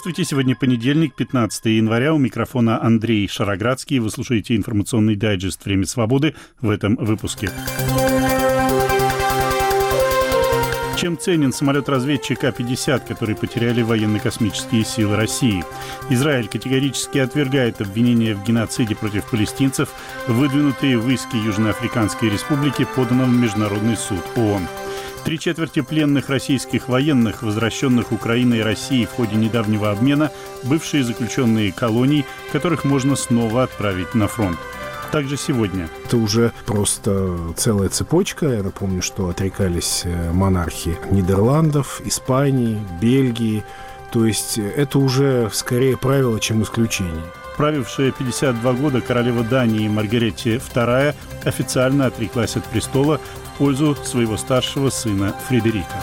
Здравствуйте, сегодня понедельник, 15 января, у микрофона Андрей Шароградский. Вы слушаете информационный дайджест «Время свободы» в этом выпуске. Чем ценен самолет-разведчик А-50, который потеряли военно-космические силы России? Израиль категорически отвергает обвинения в геноциде против палестинцев, выдвинутые в иске Южноафриканской Республики, поданном в Международный суд ООН. 3/4 пленных российских военных, возвращенных Украиной и Россией в ходе недавнего обмена, бывшие заключенные колоний, которых можно снова отправить на фронт. Также сегодня. Это уже просто целая цепочка. Я напомню, что отрекались монархи Нидерландов, Испании, Бельгии. То есть это уже скорее правило, чем исключение. Правившая 52 года королева Дании Маргаретте II официально отреклась от престола в пользу своего старшего сына Фредерика.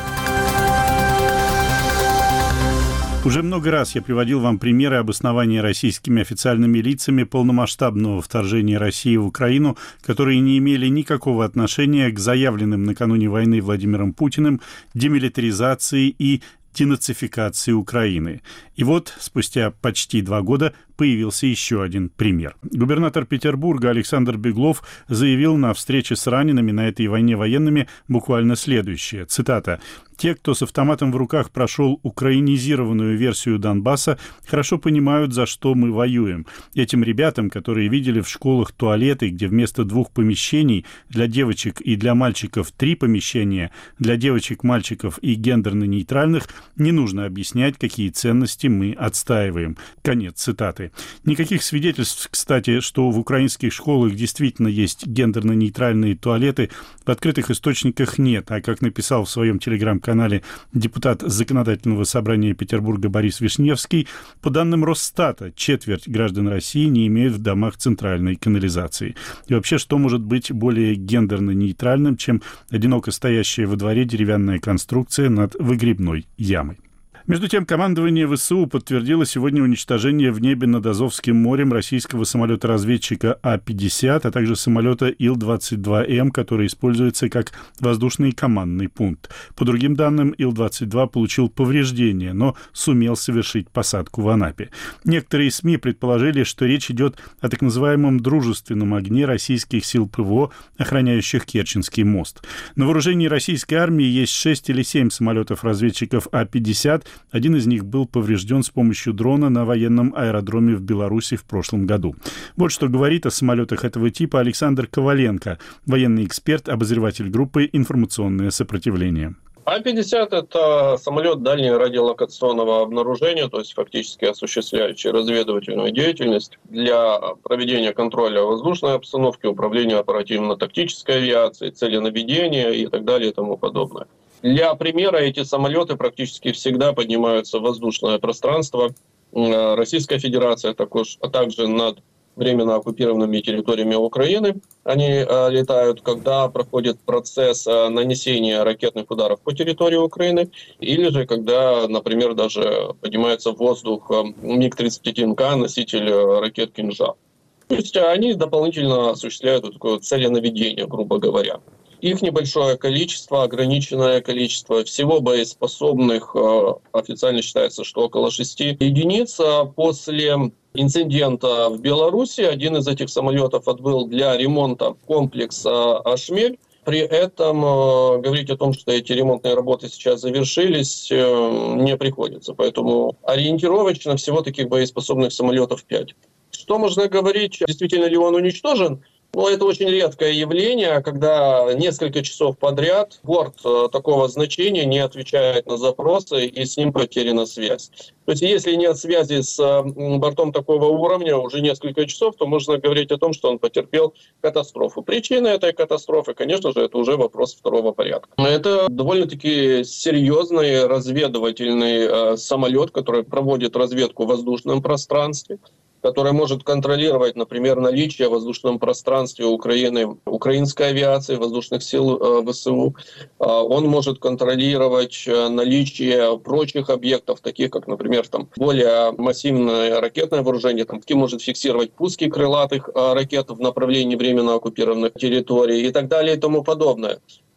Уже много раз я приводил вам примеры обоснования российскими официальными лицами полномасштабного вторжения России в Украину, которые не имели никакого отношения к заявленным накануне войны Владимиром Путиным демилитаризации и денацификации Украины. И вот спустя почти 2 года появился еще один пример. Губернатор Петербурга Александр Беглов заявил на встрече с ранеными на этой войне военными буквально следующее, цитата: «Те, кто с автоматом в руках прошел украинизированную версию Донбасса, хорошо понимают, за что мы воюем. Этим ребятам, которые видели в школах туалеты, где вместо 2 помещений для девочек и для мальчиков 3 помещения, для девочек, мальчиков и гендерно-нейтральных, не нужно объяснять, какие ценности мы отстаиваем». Конец цитаты. Никаких свидетельств, кстати, что в украинских школах действительно есть гендерно-нейтральные туалеты, в открытых источниках нет, а как написал в своем телеграм-канале депутат Законодательного собрания Петербурга Борис Вишневский, по данным Росстата, 1/4 граждан России не имеют в домах центральной канализации. И вообще, что может быть более гендерно-нейтральным, чем одиноко стоящая во дворе деревянная конструкция над выгребной ямой? Между тем, командование ВСУ подтвердило сегодня уничтожение в небе над Азовским морем российского самолета-разведчика А-50, а также самолета Ил-22М, который используется как воздушный командный пункт. По другим данным, Ил-22 получил повреждения, но сумел совершить посадку в Анапе. Некоторые СМИ предположили, что речь идет о так называемом дружественном огне российских сил ПВО, охраняющих Керченский мост. На вооружении российской армии есть 6 или 7 самолетов-разведчиков А-50. Один из них был поврежден с помощью дрона на военном аэродроме в Беларуси в прошлом году. Вот что говорит о самолетах этого типа Александр Коваленко, военный эксперт, обозреватель группы «Информационное сопротивление». А-50 – это самолет дальнего радиолокационного обнаружения, то есть фактически осуществляющий разведывательную деятельность для проведения контроля воздушной обстановки, управления оперативно-тактической авиацией, целенаведения и так далее и тому подобное. Для примера, эти самолеты практически всегда поднимаются в воздушное пространство Российской Федерации, а также над временно оккупированными территориями Украины. Они летают, когда проходит процесс нанесения ракетных ударов по территории Украины, или же когда, например, даже поднимается в воздух МиГ-31К, носитель ракет «Кинжал». То есть они дополнительно осуществляют вот такое целенаведение, грубо говоря. Их небольшое количество, ограниченное количество, всего боеспособных, официально считается, что около 6 единиц. После инцидента в Беларуси один из этих самолетов отбыл для ремонта комплекса «Ашмель». При этом говорить о том, что эти ремонтные работы сейчас завершились, не приходится. Поэтому ориентировочно всего таких боеспособных самолетов 5. Что можно говорить, действительно ли он уничтожен? Это очень редкое явление, когда несколько часов подряд борт такого значения не отвечает на запросы и с ним потеряна связь. То есть если нет связи с бортом такого уровня уже несколько часов, то можно говорить о том, что он потерпел катастрофу. Причина этой катастрофы, конечно же, это уже вопрос второго порядка. Это довольно-таки серьезный разведывательный самолет, который проводит разведку в воздушном пространстве, который может контролировать, например, наличие в воздушном пространстве Украины, украинской авиации, воздушных сил ВСУ. Он может контролировать наличие прочих объектов, таких как, например, более массивное ракетное вооружение, может фиксировать пуски крылатых ракет в направлении временно оккупированных территорий и так далее и тому подобное.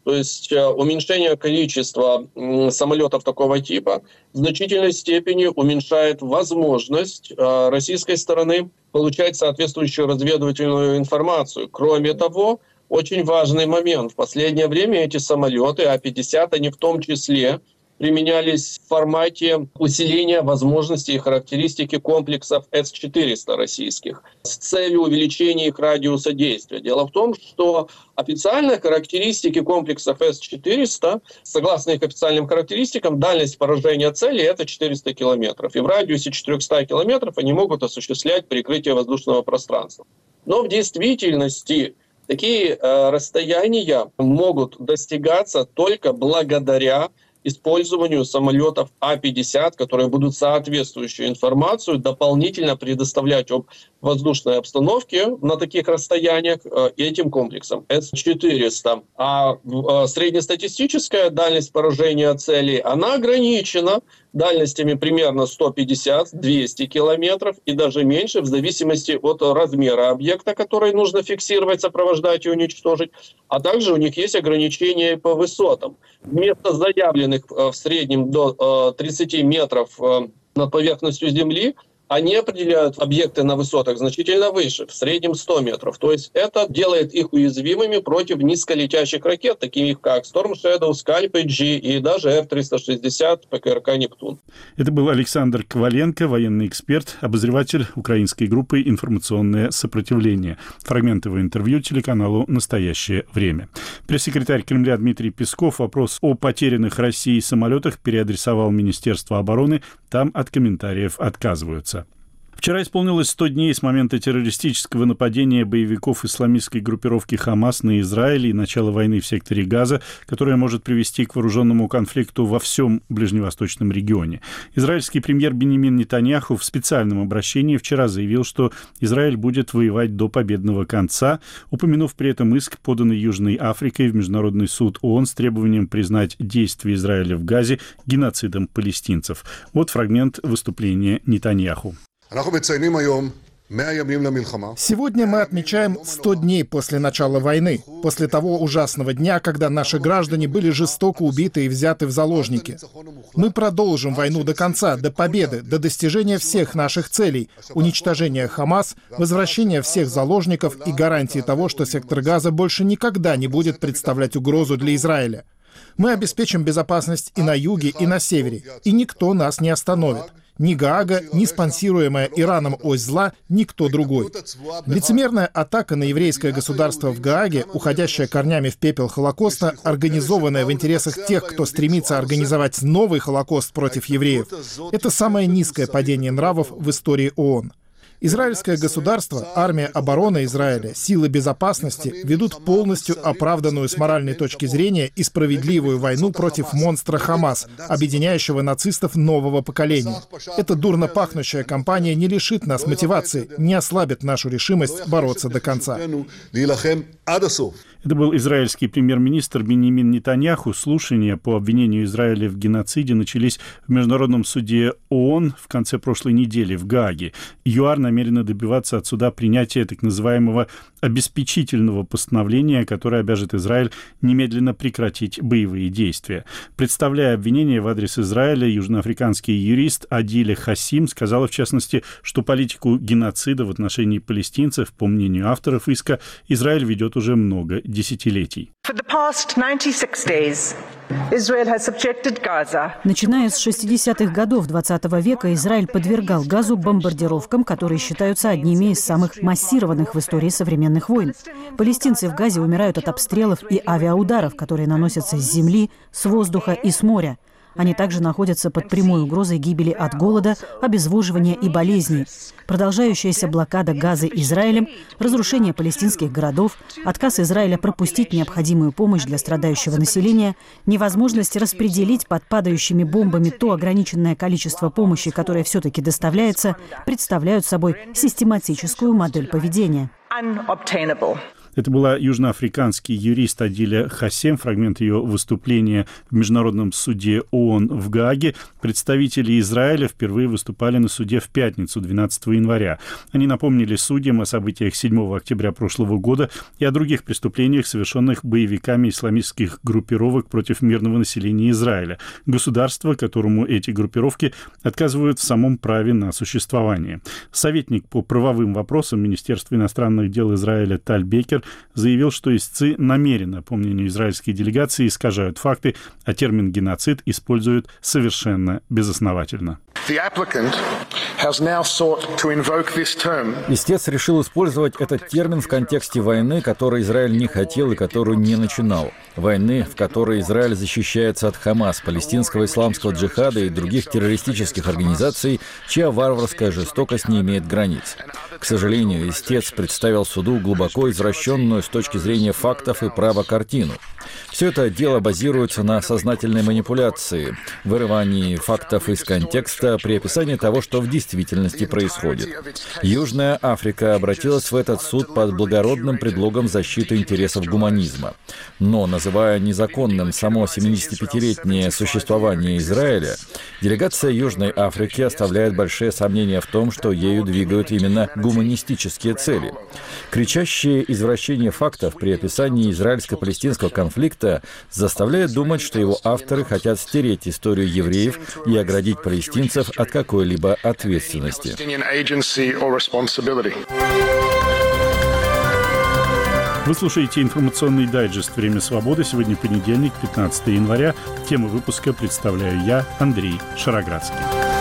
То есть уменьшение количества самолетов такого типа в значительной степени уменьшает возможность российской стороны получать соответствующую разведывательную информацию. Кроме того, очень важный момент. В последнее время эти самолеты А-50, они в том числе применялись в формате усиления возможностей и характеристики комплексов С-400 российских с целью увеличения их радиуса действия. Дело в том, что официальные характеристики комплексов С-400, согласно их официальным характеристикам, дальность поражения цели – это 400 километров. И в радиусе 400 километров они могут осуществлять перекрытие воздушного пространства. Но в действительности такие расстояния могут достигаться только благодаря использованию самолетов А-50, которые будут соответствующую информацию дополнительно предоставлять об воздушной обстановке на таких расстояниях этим комплексам С-400. А среднестатистическая дальность поражения целей, она ограничена дальностями примерно 150-200 километров и даже меньше в зависимости от размера объекта, который нужно фиксировать, сопровождать и уничтожить. А также у них есть ограничения по высотам. Вместо заявленных в среднем до 30 метров над поверхностью Земли, они определяют объекты на высотах значительно выше, в среднем 100 метров. То есть это делает их уязвимыми против низколетящих ракет, таких как Storm Shadow, Scalp G и даже F-360 ПКРК «Нептун». Это был Александр Коваленко, военный эксперт, обозреватель украинской группы «Информационное сопротивление». Фрагмент его интервью телеканалу «Настоящее время». Пресс-секретарь Кремля Дмитрий Песков вопрос о потерянных Россией самолетах переадресовал Министерству обороны. Там от комментариев отказываются. Вчера исполнилось 100 дней с момента террористического нападения боевиков исламистской группировки «Хамас» на Израиль и начала войны в секторе Газа, которая может привести к вооруженному конфликту во всем ближневосточном регионе. Израильский премьер Биньямин Нетаньяху в специальном обращении вчера заявил, что Израиль будет воевать до победного конца, упомянув при этом иск, поданный Южной Африкой в Международный суд ООН с требованием признать действия Израиля в Газе геноцидом палестинцев. Вот фрагмент выступления Нетаньяху. Сегодня мы отмечаем 100 дней после начала войны, после того ужасного дня, когда наши граждане были жестоко убиты и взяты в заложники. Мы продолжим войну до конца, до победы, до достижения всех наших целей, уничтожения Хамас, возвращения всех заложников и гарантии того, что сектор Газа больше никогда не будет представлять угрозу для Израиля. Мы обеспечим безопасность и на юге, и на севере, и никто нас не остановит. Ни Гаага, ни спонсируемая Ираном ось зла, никто другой. Лицемерная атака на еврейское государство в Гааге, уходящая корнями в пепел Холокоста, организованная в интересах тех, кто стремится организовать новый Холокост против евреев, это самое низкое падение нравов в истории ООН. Израильское государство, армия обороны Израиля, силы безопасности ведут полностью оправданную с моральной точки зрения и справедливую войну против монстра Хамас, объединяющего нацистов нового поколения. Эта дурно пахнущая кампания не лишит нас мотивации, не ослабит нашу решимость бороться до конца. Это был израильский премьер-министр Биньямин Нетаньяху. Слушания по обвинению Израиля в геноциде начались в Международном суде ООН в конце прошлой недели в Гааге. ЮАР намерена добиваться от суда принятия так называемого обеспечительного постановления, которое обяжет Израиль немедленно прекратить боевые действия. Представляя обвинение в адрес Израиля, южноафриканский юрист Адиле Хасим сказала, в частности, что политику геноцида в отношении палестинцев, по мнению авторов иска, Израиль ведет уже много десятилетий. Начиная с 60-х годов XX века Израиль подвергал Газу бомбардировкам, которые считаются одними из самых массированных в истории современных войн. Палестинцы в Газе умирают от обстрелов и авиаударов, которые наносятся с земли, с воздуха и с моря. Они также находятся под прямой угрозой гибели от голода, обезвоживания и болезней. Продолжающаяся блокада Газы Израилем, разрушение палестинских городов, отказ Израиля пропустить необходимую помощь для страдающего населения, невозможность распределить под падающими бомбами то ограниченное количество помощи, которое все-таки доставляется, представляют собой систематическую модель поведения. Это была южноафриканский юрист Адиля Хасем, фрагмент ее выступления в Международном суде ООН в Гааге. Представители Израиля впервые выступали на суде в пятницу, 12 января. Они напомнили судьям о событиях 7 октября прошлого года и о других преступлениях, совершенных боевиками исламистских группировок против мирного населения Израиля, государства, которому эти группировки отказывают в самом праве на существование. Советник по правовым вопросам Министерства иностранных дел Израиля Таль Бекер заявил, что истцы намеренно, по мнению израильской делегации, искажают факты, а термин «геноцид» используют совершенно безосновательно. Истец решил использовать этот термин в контексте войны, которую Израиль не хотел и которую не начинал. Войны, в которой Израиль защищается от Хамас, палестинского исламского джихада и других террористических организаций, чья варварская жестокость не имеет границ. К сожалению, истец представил суду глубоко извращенную с точки зрения фактов и права картину. Все это дело базируется на сознательной манипуляции, вырывании фактов из контекста при описании того, что в действительности происходит. Южная Африка обратилась в этот суд под благородным предлогом защиты интересов гуманизма. Но, называя незаконным само 75-летнее существование Израиля, делегация Южной Африки оставляет большие сомнения в том, что ею двигают именно гуманистические цели. Кричащее извращение фактов при описании израильско-палестинского конфликта заставляет думать, что его авторы хотят стереть историю евреев и оградить палестинцев от какой-либо ответственности. Вы слушаете информационный дайджест «Время свободы». Сегодня понедельник, 15 января. Тему выпуска представляю я, Андрей Шароградский.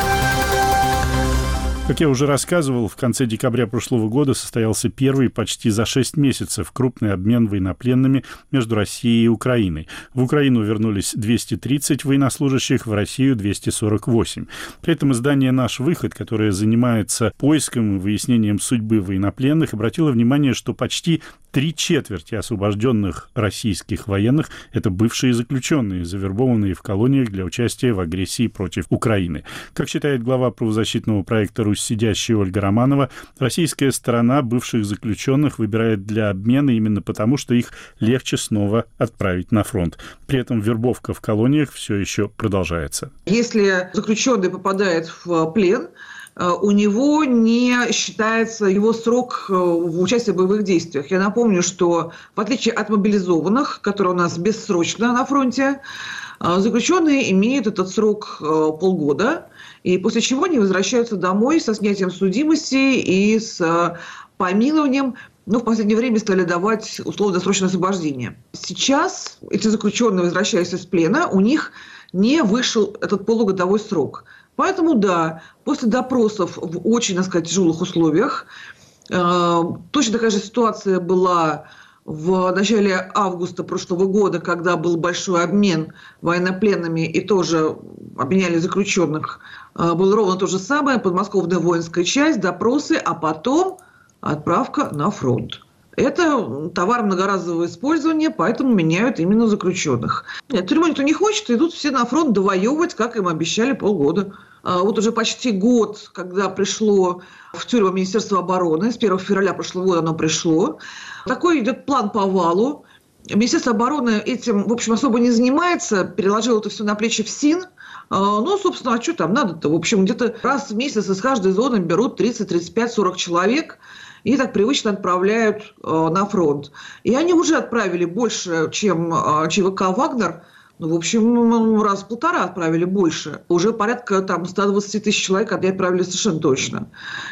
Как я уже рассказывал, в конце декабря прошлого года состоялся первый почти за 6 месяцев крупный обмен военнопленными между Россией и Украиной. В Украину вернулись 230 военнослужащих, в Россию 248. При этом издание «Наш выход», которое занимается поиском и выяснением судьбы военнопленных, обратило внимание, что почти 3/4 освобожденных российских военных – это бывшие заключенные, завербованные в колониях для участия в агрессии против Украины. Как считает глава правозащитного проекта «Русь сидящая» Ольга Романова, российская сторона бывших заключенных выбирает для обмена именно потому, что их легче снова отправить на фронт. При этом вербовка в колониях все еще продолжается. Если заключенный попадает в плен, у него не считается его срок в участии в боевых действиях. Я напомню, что в отличие от мобилизованных, которые у нас бессрочно на фронте, заключенные имеют этот срок полгода, и после чего они возвращаются домой со снятием судимости и с помилованием. В последнее время стали давать условно-досрочное освобождение. Сейчас эти заключенные, возвращаясь из плена, у них не вышел этот полугодовой срок. Поэтому, да, после допросов в очень, так сказать, тяжелых условиях, точно такая же ситуация была в начале августа прошлого года, когда был большой обмен военнопленными и тоже обменяли заключенных. Было ровно то же самое, подмосковная воинская часть, допросы, а потом отправка на фронт. Это товар многоразового использования, поэтому меняют именно заключенных. Нет, тюрьму никто не хочет, идут все на фронт довоевывать, как им обещали полгода. Вот уже почти год, когда пришло в тюрьму Министерство обороны, с 1 февраля прошлого года оно пришло. Такой идет план по валу. Министерство обороны этим, в общем, особо не занимается, переложило это все на плечи ФСИН. Собственно, а что там надо-то? В общем, где-то раз в месяц из каждой зоны берут 30, 35, 40 человек и так привычно отправляют на фронт. И они уже отправили больше, чем ЧВК «Вагнер». В общем, раз в полтора отправили больше. Уже порядка 120 тысяч человек отправили совершенно точно.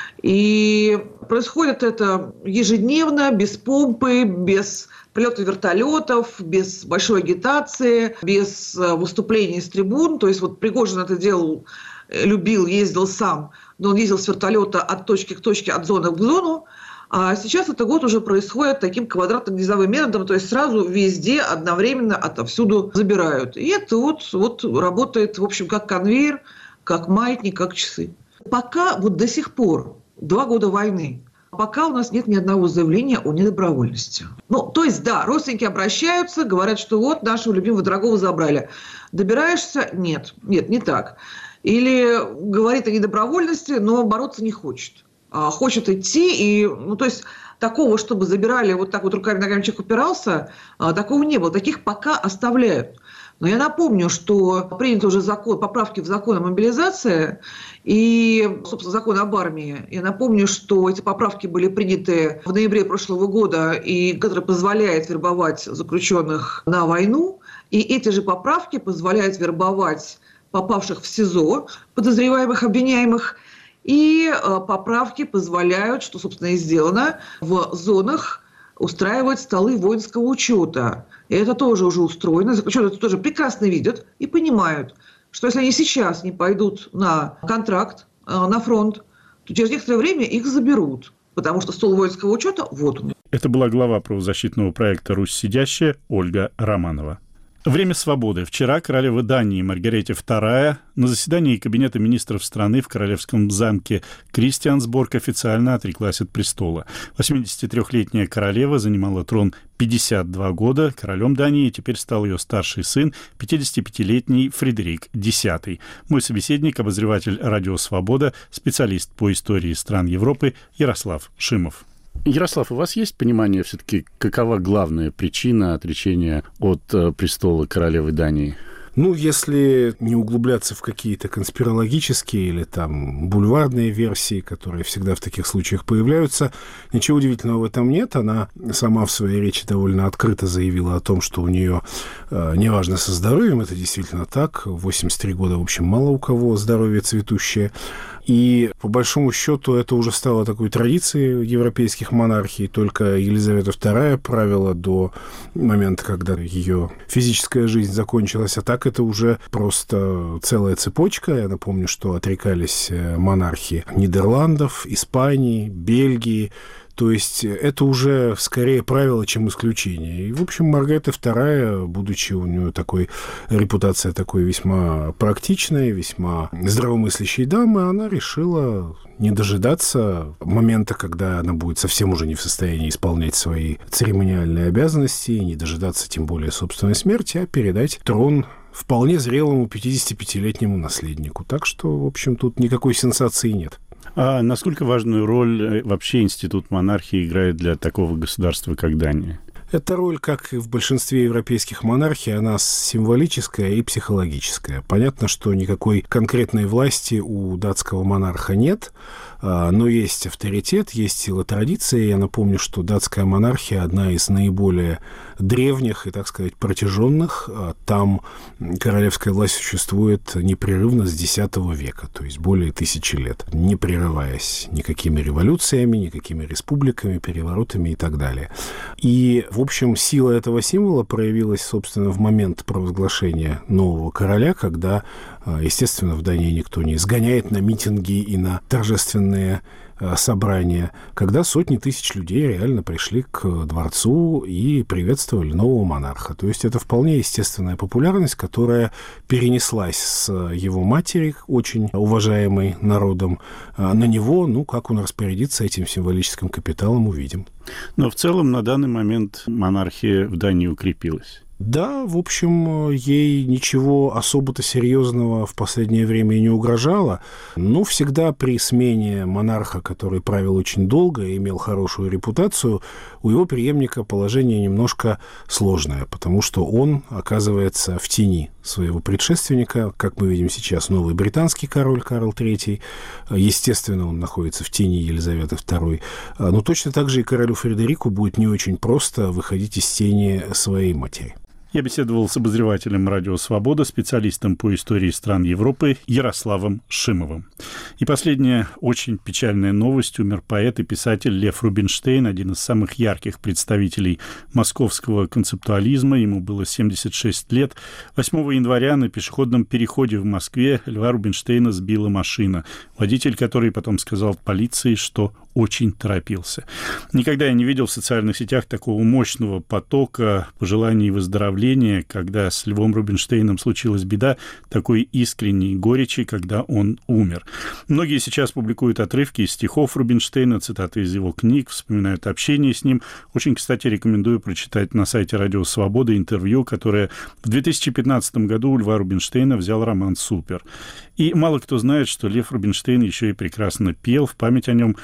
И происходит это ежедневно, без помпы, без прилета вертолетов, без большой агитации, без выступлений с трибун. То есть Пригожин это делал, любил, ездил сам, но он ездил с вертолета от точки к точке, от зоны к зону. А сейчас это год уже происходит таким квадратно-гнездовым методом, то есть сразу везде одновременно отовсюду забирают. И это работает, в общем, как конвейер, как маятник, как часы. Пока до сих пор, 2 года войны, пока у нас нет ни одного заявления о недобровольности. То есть, да, родственники обращаются, говорят, что нашего любимого дорогого забрали. Добираешься? Нет, не так. Или говорит о недобровольности, но бороться не хочет. Хочет идти, то есть такого, чтобы забирали вот так вот руками, ногами человек упирался, такого не было. Таких пока оставляют. Но я напомню, что принят уже поправки в закон о мобилизации и, собственно, закон об армии. Я напомню, что эти поправки были приняты в ноябре прошлого года, и которые позволяют вербовать заключенных на войну. И эти же поправки позволяют вербовать попавших в СИЗО, подозреваемых, обвиняемых. И поправки позволяют, что, собственно, и сделано, в зонах устраивать столы воинского учета. И это тоже уже устроено. Заключенные это тоже прекрасно видят и понимают, что если они сейчас не пойдут на контракт, на фронт, то через некоторое время их заберут, потому что стол воинского учета вот он. Это была глава правозащитного проекта «Русь сидящая» Ольга Романова. Время свободы. Вчера королева Дании Маргарете II на заседании Кабинета министров страны в королевском замке Кристиансборг официально отреклась от престола. 83-летняя королева занимала трон 52 года. Королем Дании теперь стал ее старший сын, 55-летний Фредерик X. Мой собеседник, обозреватель «Радио Свобода», специалист по истории стран Европы Ярослав Шимов. Ярослав, у вас есть понимание все-таки, какова главная причина отречения от престола королевы Дании? Ну, если не углубляться в какие-то конспирологические или там бульварные версии, которые всегда в таких случаях появляются, ничего удивительного в этом нет. Она сама в своей речи довольно открыто заявила о том, что у нее неважно со здоровьем, это действительно так. 83 года, в общем, мало у кого здоровье цветущее. И, по большому счету, это уже стало такой традицией европейских монархий. Только Елизавета II правила до момента, когда ее физическая жизнь закончилась. А так это уже просто целая цепочка. Я напомню, что отрекались монархи Нидерландов, Испании, Бельгии. То есть это уже скорее правило, чем исключение. И, в общем, Маргарита II, будучи у нее репутация такой весьма практичной, весьма здравомыслящей дамы, она решила не дожидаться момента, когда она будет совсем уже не в состоянии исполнять свои церемониальные обязанности, не дожидаться тем более собственной смерти, а передать трон вполне зрелому 55-летнему наследнику. Так что, в общем, тут никакой сенсации нет. А насколько важную роль вообще институт монархии играет для такого государства, как Дания? Эта роль, как и в большинстве европейских монархий, она символическая и психологическая. Понятно, что никакой конкретной власти у датского монарха нет, но есть авторитет, есть сила традиции. Я напомню, что датская монархия одна из наиболее древних и, так сказать, протяженных. Там королевская власть существует непрерывно с X века, то есть более 1000 лет, не прерываясь никакими революциями, никакими республиками, переворотами и так далее. И, в общем, сила этого символа проявилась, собственно, в момент провозглашения нового короля, когда, естественно, в Дании никто не сгоняет на митинги и на торжественные собрания, когда сотни тысяч людей реально пришли к дворцу и приветствовали нового монарха. То есть это вполне естественная популярность, которая перенеслась с его матери, очень уважаемой народом, на него. Ну, как он распорядится этим символическим капиталом, увидим. Но в целом на данный момент монархия в Дании укрепилась. Да, в общем, ей ничего особо-то серьезного в последнее время и не угрожало, но всегда при смене монарха, который правил очень долго и имел хорошую репутацию, у его преемника положение немножко сложное, потому что он оказывается в тени своего предшественника, как мы видим сейчас, новый британский король Карл III, естественно, он находится в тени Елизаветы II, но точно так же и королю Фредерику будет не очень просто выходить из тени своей матери. Я беседовал с обозревателем «Радио Свобода», специалистом по истории стран Европы Ярославом Шимовым. И последняя очень печальная новость. Умер поэт и писатель Лев Рубинштейн, один из самых ярких представителей московского концептуализма. Ему было 76 лет. 8 января на пешеходном переходе в Москве Льва Рубинштейна сбила машина, водитель которой потом сказал полиции, что очень торопился. Никогда я не видел в социальных сетях такого мощного потока пожеланий выздоровления, когда с Львом Рубинштейном случилась беда, такой искренней горечи, когда он умер. Многие сейчас публикуют отрывки из стихов Рубинштейна, цитаты из его книг, вспоминают общение с ним. Очень, кстати, рекомендую прочитать на сайте «Радио Свобода» интервью, которое в 2015 году у Льва Рубинштейна взял роман «Супер». И мало кто знает, что Лев Рубинштейн еще и прекрасно пел. В память о нем завершил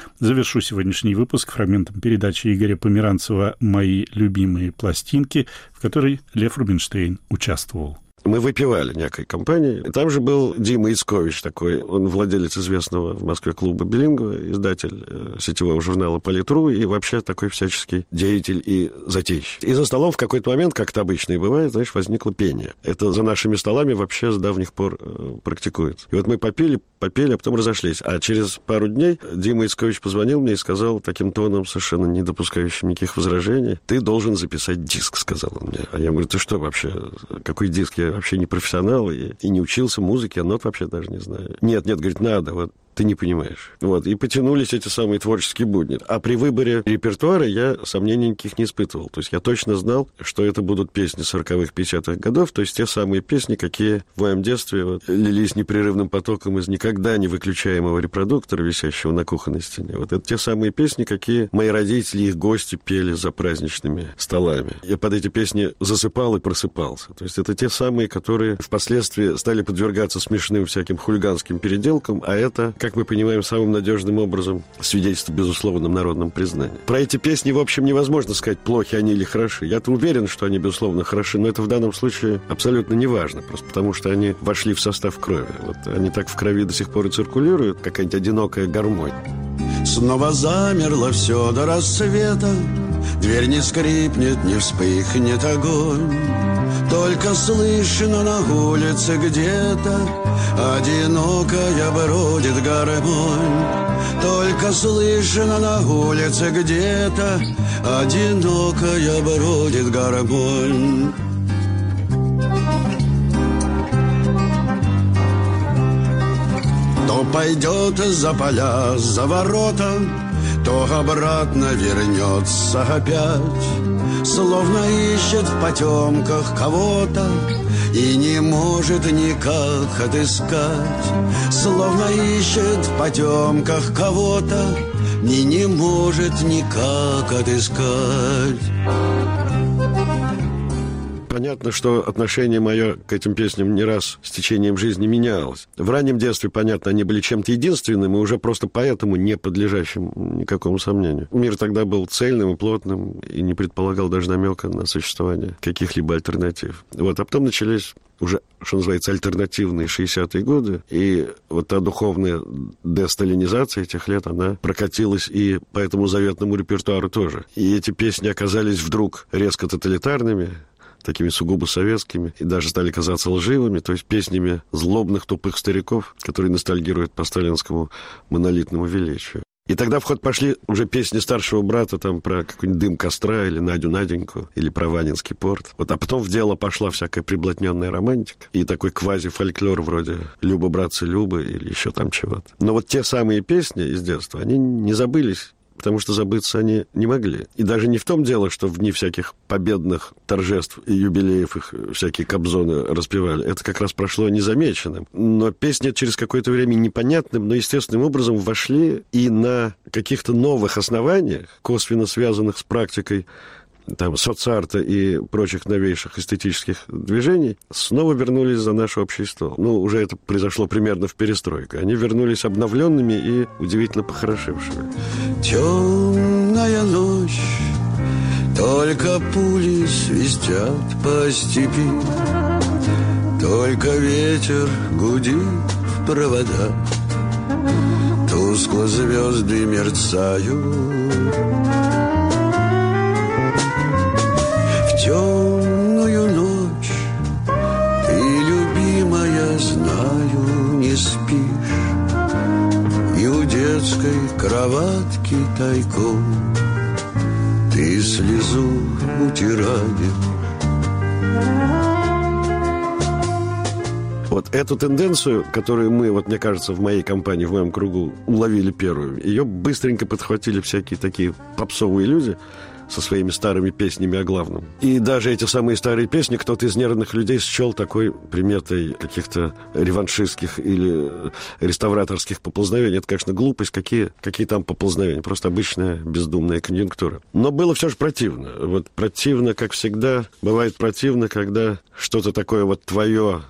завершу сегодняшний выпуск фрагментом передачи Игоря Померанцева «Мои любимые пластинки», в которой Лев Рубинштейн участвовал. Мы выпивали некой компании. Там же был Дима Ицкович такой. Он владелец известного в Москве клуба «Билингва», издатель сетевого журнала «Политру» и вообще такой всяческий деятель и затейщик. И за столом в какой-то момент, как это обычно и бывает, знаешь, возникло пение. Это за нашими столами вообще с давних пор практикуется. И вот мы попели, а потом разошлись. А через пару дней Дима Ицкович позвонил мне и сказал таким тоном, совершенно не допускающим никаких возражений: «Ты должен записать диск», — сказал он мне. А я говорю: «Ты что вообще? Какой диск? Я вообще не профессионал и не учился музыке, а нот вообще даже не знаю». Нет, говорит, надо, вот ты не понимаешь. Вот, и потянулись эти самые творческие будни. А при выборе репертуара я сомнений никаких не испытывал. То есть я точно знал, что это будут песни 40-х, 50-х годов, то есть те самые песни, какие в моем детстве вот лились непрерывным потоком из никогда не выключаемого репродуктора, висящего на кухонной стене. Вот это те самые песни, какие мои родители и их гости пели за праздничными столами. Я под эти песни засыпал и просыпался. То есть это те самые, которые впоследствии стали подвергаться смешным всяким хулиганским переделкам, а это, как мы понимаем, самым надежным образом свидетельство безусловном народном признании. Про эти песни, в общем, невозможно сказать, плохи они или хороши. Я-то уверен, что они, безусловно, хороши, но это в данном случае абсолютно не важно, просто потому что они вошли в состав крови. Вот они так в крови до сих пор и циркулируют, какая-нибудь одинокая гармонь. Снова замерло все до рассвета, дверь не скрипнет, не вспыхнет огонь. Только слышно на улице где-то одинокая бродит гармонь. Только слышно на улице где-то одинокая бродит гармонь. То пойдет за поля, за ворота, то обратно вернется опять. Словно ищет в потемках кого-то и не может никак отыскать. Словно ищет в потемках кого-то и не может никак отыскать. Понятно, что отношение мое к этим песням не раз с течением жизни менялось. В раннем детстве, понятно, они были чем-то единственным и уже просто поэтому не подлежащим никакому сомнению. Мир тогда был цельным и плотным и не предполагал даже намека на существование каких-либо альтернатив. Вот, а потом начались уже, что называется, альтернативные 60-е годы, и вот та духовная десталинизация этих лет, она прокатилась и по этому заветному репертуару тоже. И эти песни оказались вдруг резко тоталитарными, такими сугубо советскими, и даже стали казаться лживыми, то есть песнями злобных тупых стариков, которые ностальгируют по сталинскому монолитному величию. И тогда в ход пошли уже песни старшего брата там про какой-нибудь дым костра или Надю-Наденьку, или про Ванинский порт. Вот, а потом в дело пошла всякая приблотненная романтика и такой квази-фольклор вроде «Люба, братцы, Любы» или еще там чего-то. Но вот те самые песни из детства, они не забылись, потому что забыться они не могли. И даже не в том дело, что в дни всяких победных торжеств и юбилеев их всякие кобзоны распевали. Это как раз прошло незамеченным. Но песни через какое-то время непонятным, но естественным образом вошли и на каких-то новых основаниях, косвенно связанных с практикой там, соцарта и прочих новейших эстетических движений, снова вернулись за наш общий стол. Ну, уже это произошло примерно в перестройку. Они вернулись обновленными и удивительно похорошевшими. Темная ночь, только пули свистят по степи, только ветер гудит в проводах, тускло звезды мерцают. Темную ночь ты, любимая, знаю, не спишь, и у детской кроватки тайком ты слезу утираешь. Вот эту тенденцию, которую мы, вот мне кажется, в моей компании, в моем кругу уловили первую, ее быстренько подхватили всякие такие попсовые люди со своими старыми песнями о главном. И даже эти самые старые песни кто-то из нервных людей счел такой приметой каких-то реваншистских или реставраторских поползновений. Это, конечно, глупость, какие там поползновения. Просто обычная бездумная конъюнктура. Но было все же противно. Вот противно, как всегда, бывает противно, когда что-то такое вот твое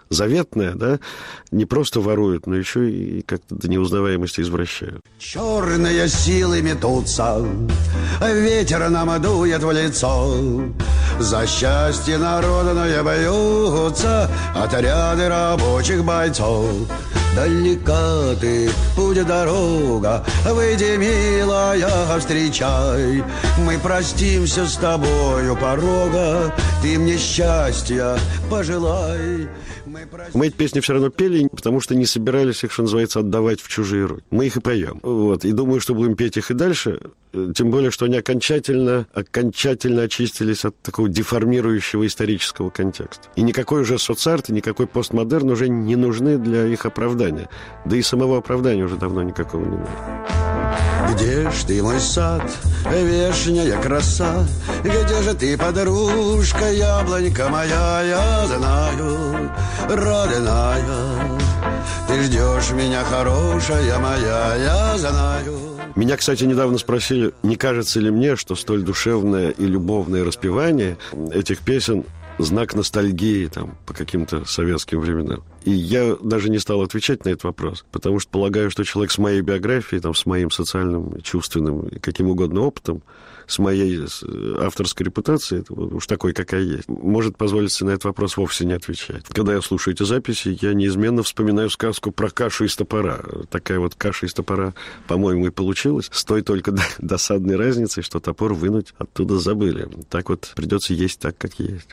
заветное, да, не просто воруют, но еще и как-то до неузнаваемости извращают. Черные силы метутся, ветер нам дует в лицо. За счастье народное бьются отряды рабочих бойцов. Далека ты, путь дорога, выйди, милая, встречай. Мы простимся с тобою порога, ты мне счастья пожелай. Мы эти песни все равно пели, потому что не собирались их, что называется, отдавать в чужие руки. Мы их и поем. Вот. И думаю, что будем петь их и дальше. Тем более, что они окончательно очистились от такого деформирующего исторического контекста. И никакой уже соцарт, и никакой постмодерн уже не нужны для их оправдания. Да и самого оправдания уже давно никакого не нужно. Где ж ты, мой сад, вешняя краса? Где же ты, подружка, яблонька моя? Я знаю, родная, ты ждешь меня, хорошая моя, я знаю. Меня, кстати, недавно спросили, не кажется ли мне, что столь душевное и любовное распевание этих песен знак ностальгии там, по каким-то советским временам. И я даже не стал отвечать на этот вопрос, потому что полагаю, что человек с моей биографией, там, с моим социальным, чувственным, каким угодно опытом, с моей авторской репутацией, уж такой, какая есть, может позволить себе на этот вопрос вовсе не отвечать. Когда я слушаю эти записи, я неизменно вспоминаю сказку про кашу из топора. Такая вот каша из топора, по-моему, и получилась, с той только досадной разницей, что топор вынуть оттуда забыли. Так вот придется есть так, как есть.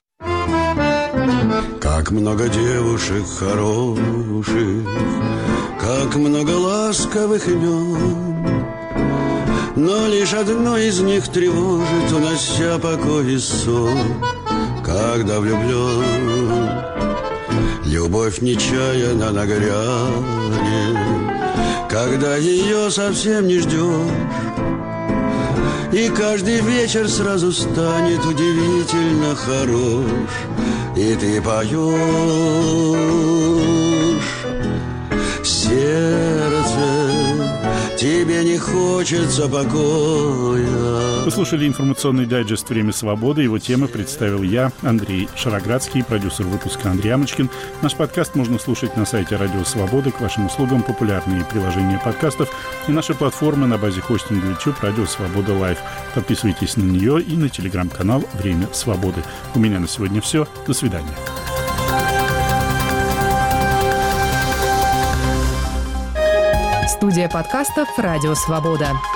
Как много девушек хороших, как много ласковых имен, но лишь одно из них тревожит, унося покой и сон, когда влюблен. Любовь нечаянно на грани, когда ее совсем не ждешь, и каждый вечер сразу станет удивительно хорош, и ты поешь, сердце, тебе не хочется покоя. Вы слушали информационный дайджест «Время свободы». Его темы представил я, Андрей Шароградский, продюсер выпуска Андрей Амочкин. Наш подкаст можно слушать на сайте Радио Свободы. К вашим услугам популярные приложения подкастов и наши платформы на базе хостинга YouTube Радио Свобода Лайв. Подписывайтесь на нее и на телеграм-канал «Время свободы». У меня на сегодня все. До свидания. Студия подкастов «Радио Свобода».